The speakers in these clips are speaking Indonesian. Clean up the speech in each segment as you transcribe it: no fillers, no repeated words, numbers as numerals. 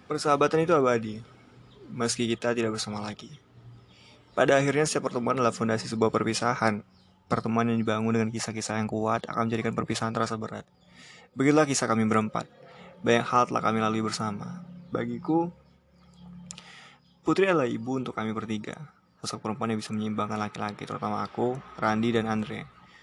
Persahabatan itu abadi, meski kita tidak bersama lagi. Pada akhirnya setiap pertemuan adalah fondasi sebuah perpisahan. Pertemuan yang dibangun dengan kisah-kisah yang kuat akan menjadikan perpisahan terasa berat. Begitulah kisah kami berempat. Banyak hal telah kami lalui bersama. Bagiku, Putri adalah ibu untuk kami bertiga. Sosok perempuan yang bisa menyeimbangkan laki-laki, terutama aku, Randi, dan Andre.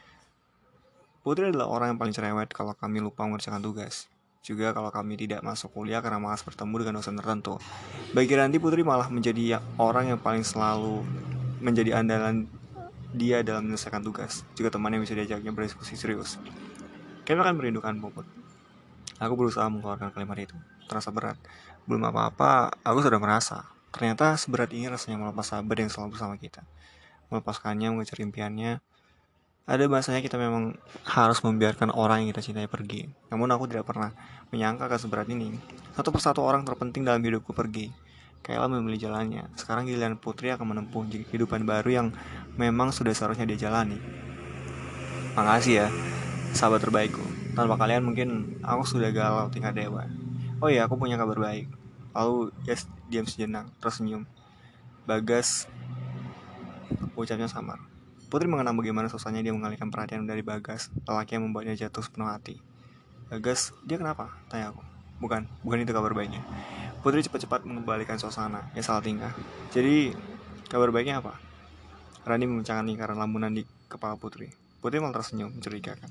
Putri adalah orang yang paling cerewet kalau kami lupa mengerjakan tugas. Juga kalau kami tidak masuk kuliah karena malas bertemu dengan dosen tertentu. Bagi Randi, Putri malah menjadi orang yang paling selalu menjadi andalan dia dalam menyelesaikan tugas. Juga teman yang bisa diajaknya berdiskusi serius. Kami akan merindukan Puput. Aku berusaha mengeluarkan kalimat itu. Terasa berat. Belum apa-apa, aku sudah merasa. Ternyata seberat ini rasanya melepas sahabat yang selalu bersama kita. Melepaskannya, mengejar impiannya. Ada masanya kita memang harus membiarkan orang yang kita cintai pergi. Namun aku tidak pernah menyangka akan seberat ini. Satu persatu orang terpenting dalam hidupku pergi. Kayla memilih jalannya. Sekarang giliran Putri akan menempuh kehidupan baru yang memang sudah seharusnya dia jalani. Makasih ya, sahabat terbaikku. Tanpa kalian mungkin aku sudah galau tingkat dewa. Oh iya, aku punya kabar baik. Lalu Yes diam sejenak, tersenyum. Bagas ucapnya samar. Putri mengenang bagaimana susahnya dia mengalihkan perhatian dari Bagas, lelaki yang membuatnya jatuh sepenuh hati. Bagas, dia kenapa? Tanya aku. Bukan itu kabar baiknya. Putri cepat-cepat mengembalikan suasana, ya salah tingkah. Jadi, kabar baiknya apa? Rani memecahkan lingkaran lamunan di kepala Putri. Putri malah tersenyum, mencurigakan.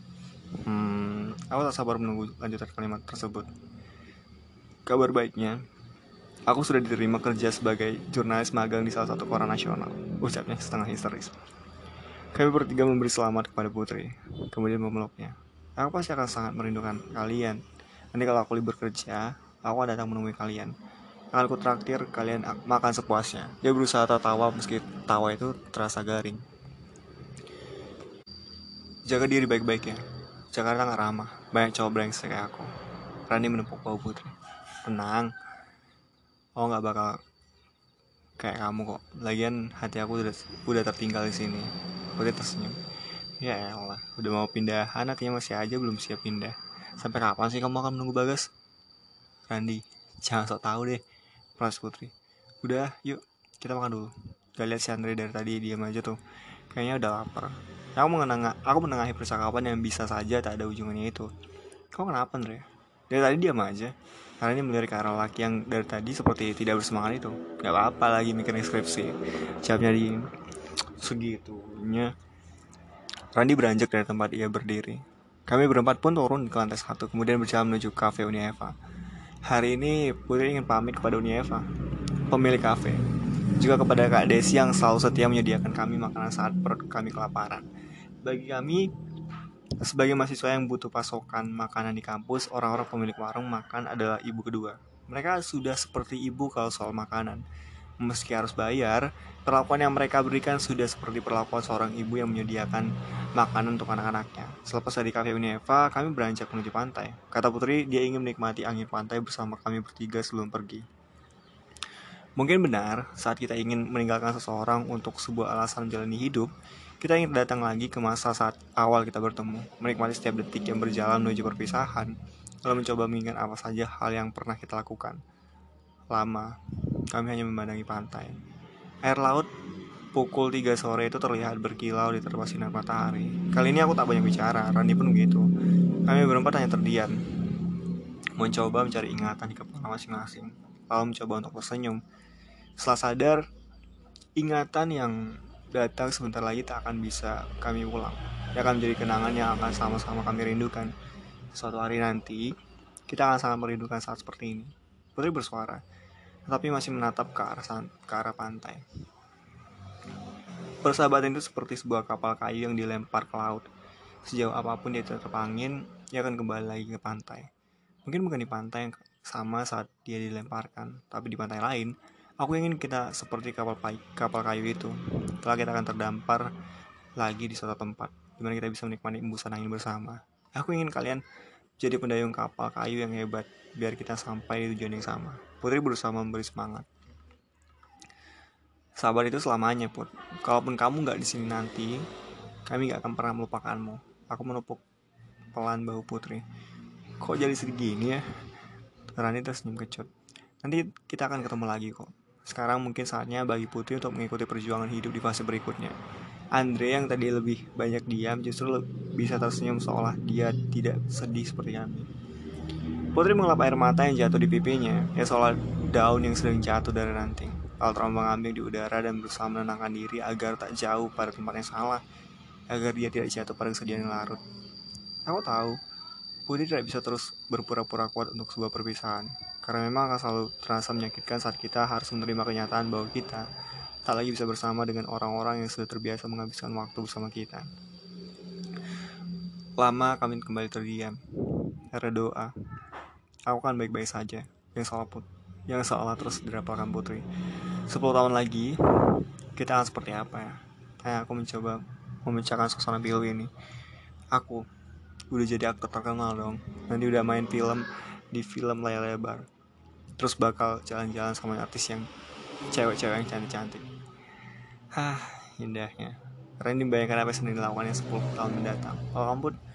Aku tak sabar menunggu lanjutan kalimat tersebut. Kabar baiknya, aku sudah diterima kerja sebagai jurnalis magang di salah satu koran nasional. Ucapnya setengah histeris. Kami bertiga memberi selamat kepada Putri, kemudian memeluknya. Aku pasti akan sangat merindukan kalian. Nanti kalau aku libur kerja, aku akan datang menemui kalian. Akan ku traktir kalian makan sepuasnya. Dia berusaha tertawa meski tawa itu terasa garing. Jaga diri baik-baik ya. Jakarta gak ramah, banyak cowok brengsek kayak aku. Rani menepuk bahu Putri. Tenang, aku gak bakal kayak kamu kok. Lagian hati aku udah tertinggal di sini. Putri tersenyum. Ya elah, udah mau pindahan hatinya masih aja belum siap pindah. Sampai kapan sih kamu akan menunggu Bagas? Randi, jangan sok tahu deh. Pelas Putri. Udah, yuk kita makan dulu. Gak lihat si Andre dari tadi diam aja tuh. Kayaknya udah lapar. Aku menengahi percakapan yang bisa saja tak ada ujungnya itu. Kau kenapa Andre? Dari tadi diam aja. Karena ini melirik ke arah laki yang dari tadi seperti tidak bersemangat itu. Gak apa-apa lagi mikirin skripsi. Jawabnya di segitunya. Randi beranjak dari tempat ia berdiri. Kami berempat pun turun ke lantai 1, kemudian berjalan menuju kafe Uni Eva. Hari ini Putri ingin pamit kepada Uni Eva, pemilik kafe. Juga kepada Kak Desi yang selalu setia menyediakan kami makanan saat perut kami kelaparan. Bagi kami, sebagai mahasiswa yang butuh pasokan makanan di kampus, orang-orang pemilik warung makan adalah ibu kedua. Mereka sudah seperti ibu kalau soal makanan. Meski harus bayar, perlakuan yang mereka berikan sudah seperti perlakuan seorang ibu yang menyediakan makanan untuk anak-anaknya. Selepas dari kafe Uneva, kami beranjak menuju pantai. Kata Putri, dia ingin menikmati angin pantai bersama kami bertiga sebelum pergi. Mungkin benar, saat kita ingin meninggalkan seseorang untuk sebuah alasan menjalani hidup, kita ingin datang lagi ke masa saat awal kita bertemu, menikmati setiap detik yang berjalan menuju perpisahan, lalu mencoba mengingat apa saja hal yang pernah kita lakukan. Lama, kami hanya memandangi pantai. Air laut pukul 3 sore itu terlihat berkilau di terbang sinar matahari. Kali ini aku tak banyak bicara, Randi pun begitu. Kami berempat hanya terdiam, mencoba mencari ingatan di kepala masing-masing, lalu mencoba untuk tersenyum. Setelah sadar, ingatan yang datang sebentar lagi tak akan bisa kami ulang. Dia akan menjadi kenangan yang akan sama-sama kami rindukan. Suatu hari nanti, kita akan sangat merindukan saat seperti ini. Putri bersuara, tetapi masih menatap ke arah pantai. Persahabatan itu seperti sebuah kapal kayu yang dilempar ke laut. Sejauh apapun dia tertepang angin, dia akan kembali lagi ke pantai. Mungkin bukan di pantai yang sama saat dia dilemparkan, tapi di pantai lain. Aku ingin kita seperti kapal kayu itu. Setelah kita akan terdampar lagi di suatu tempat, di mana kita bisa menikmati embusan angin bersama. Aku ingin kalian jadi pendayung kapal kayu yang hebat, biar kita sampai di tujuan yang sama. Putri berusaha memberi semangat. Sabar itu selamanya, Put. Kalaupun kamu gak di sini nanti, kami gak akan pernah melupakanmu. Aku menepuk pelan bahu Putri. Kok jadi segini ya? Rani tersenyum kecut. Nanti kita akan ketemu lagi kok. Sekarang mungkin saatnya bagi Putri untuk mengikuti perjuangan hidup di fase berikutnya. Andre yang tadi lebih banyak diam justru bisa tersenyum seolah dia tidak sedih seperti kami. Putri mengelap air mata yang jatuh di pipinya, ya seolah daun yang sedang jatuh dari ranting. Lalu terombang-ambing di udara dan berusaha menenangkan diri agar tak jauh pada tempat yang salah, agar dia tidak jatuh pada kesedihan yang larut. Aku tahu, Putri tidak bisa terus berpura-pura kuat untuk sebuah perpisahan, karena memang akan selalu terasa menyakitkan saat kita harus menerima kenyataan bahwa kita tak lagi bisa bersama dengan orang-orang yang sudah terbiasa menghabiskan waktu bersama kita. Lama kami kembali terdiam, berdoa. Aku kan baik-baik saja, yang seolah terus dirapalkan Putri. 10 tahun lagi, kita akan seperti apa ya? Aku mencoba memecahkan suasana pilu ini. Aku udah jadi aktor terkenal dong. Nanti udah main film di film layar lebar. Terus bakal jalan-jalan sama artis yang cewek-cewek yang cantik-cantik. Indahnya. Randy bayangkan apa yang sedang dilakukannya 10 tahun mendatang. Kalau kamu pun,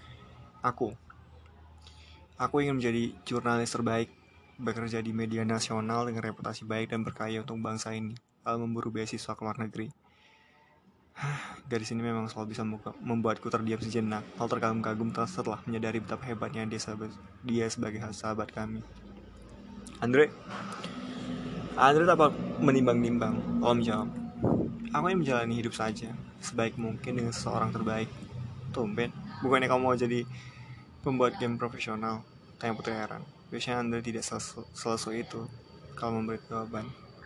aku ingin menjadi jurnalis terbaik, bekerja di media nasional dengan reputasi baik dan berkarya untuk bangsa ini, lalu memburu beasiswa ke luar negeri. Gadis ini memang selalu bisa membuatku terdiam sejenak, lalu terkagum-kagum setelah menyadari betapa hebatnya dia sebagai sahabat kami. Andre tanpa menimbang-nimbang, lalu menjawab, aku ingin menjalani hidup saja, sebaik mungkin dengan seseorang terbaik. Tumben, bukannya kamu mau jadi pembuat game profesional? Tanya Putri heran. Biasanya Andre tidak selesai itu kalau memberi jawaban.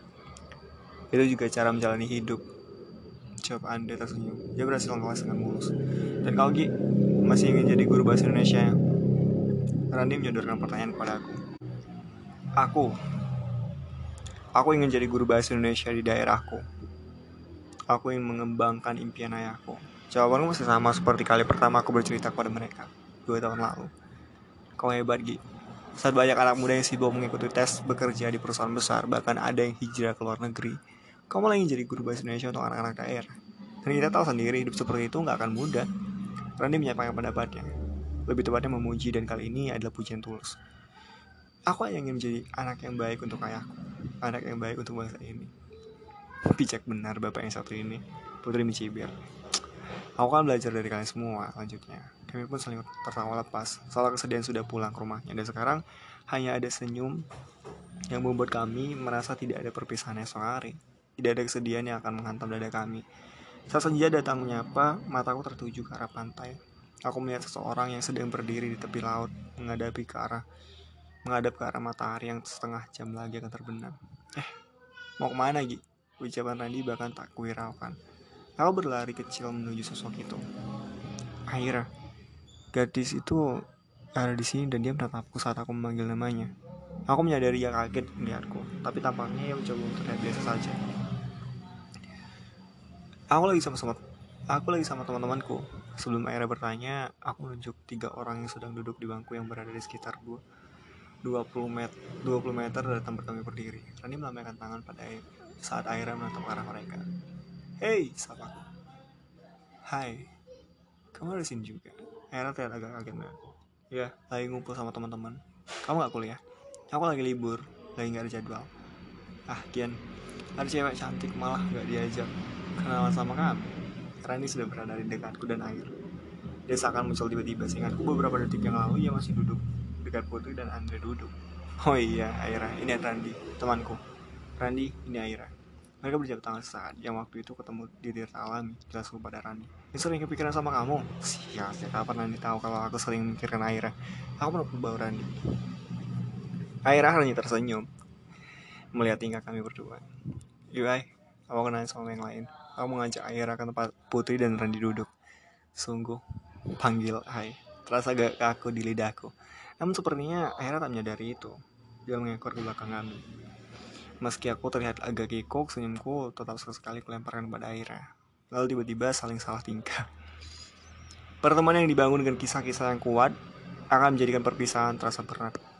Itu juga cara menjalani hidup. Jawab Andre tersenyum. Dia berhasil kelas dengan mulus. Dan kau Gi, masih ingin jadi guru bahasa Indonesia? Randy menyodorkan pertanyaan kepada aku. Aku ingin jadi guru bahasa Indonesia di daerahku. Aku ingin mengembangkan impian ayahku. Jawabanku masih sama seperti kali pertama aku bercerita kepada mereka 2 tahun lalu. Kau hebat Gi. Saat banyak anak muda yang sibuk mengikuti tes bekerja di perusahaan besar, bahkan ada yang hijrah ke luar negeri, kau malah ingin jadi guru bahasa Indonesia untuk anak-anak daerah. Dan kita tahu sendiri hidup seperti itu gak akan mudah. Randy menyampaikan pendapatnya. Lebih tepatnya memuji, dan kali ini adalah pujian tulus. Aku hanya ingin menjadi anak yang baik untuk ayahku, anak yang baik untuk bangsa ini. Bijak benar bapak yang satu ini. Putri mencibir. Aku kan belajar dari kalian semua. Lanjutnya, kami pun saling tertawa lepas. Soal kesedihan sudah pulang ke rumahnya, dan sekarang hanya ada senyum yang membuat kami merasa tidak ada perpisahan esok hari. Tidak ada kesedihan yang akan menghantam dada kami. Saat senja datang menyapa, mataku tertuju ke arah pantai. Aku melihat seseorang yang sedang berdiri di tepi laut, menghadap ke arah matahari yang setengah jam lagi akan terbenam. Mau kemana Gi? Ucapan Randy bahkan tak kuhiraukan. Aku berlari kecil menuju sosok itu. Akhirnya, gadis itu ada di sini dan dia menatapku saat aku memanggil namanya. Aku menyadari ia kaget melihatku, tapi tampaknya ia mencoba untuk terlihat biasa saja. Aku lagi sama teman-temanku. Sebelum Aira bertanya, aku menunjuk 3 orang yang sedang duduk di bangku yang berada di sekitar 20 meter dari tempat kami berdiri. Rani melambaikan tangan pada Aira saat Aira menatap arah mereka. Hei, sapaku. Hai, kamu ada sini juga? Aira terlihat agak kaget. Ya, lagi ngumpul sama teman-teman. Kamu gak kuliah? Aku lagi libur, lagi gak ada jadwal. Kian, ada cewek cantik malah gak diajak kenalan sama kami. Rani sudah berada di dekatku dan Air. Dia seakan muncul tiba-tiba. Seingatku beberapa detik yang lalu ia masih duduk dekat Putri dan Andre duduk. Oh iya, Aira, ini Randy, temanku. Randy, ini Aira. Mereka berjabat tangan sesaat, yang waktu itu ketemu di Tirta Alami. Jelasku pada Randy. Ini sering kepikiran sama kamu? Sial, kapan Randy tahu kalau aku sering memikirkan Aira? Aku menepuk bahu Randy. Aira hanya tersenyum melihat tingkah kami berdua. Yuk, aku kenalin sama yang lain. Aku mengajak Aira ke tempat Putri dan Randy duduk. Sungguh, panggil Ai terasa agak kaku di lidahku. Namun sepertinya Aira tak menyadari itu. Dia mengekor ke belakang kami. Meski aku terlihat agak kikuk, senyumku tetap sekali kulemparkan pada Aira. Lalu tiba-tiba saling salah tingkah. Pertemuan yang dibangun dengan kisah-kisah yang kuat akan menjadikan perpisahan terasa berat.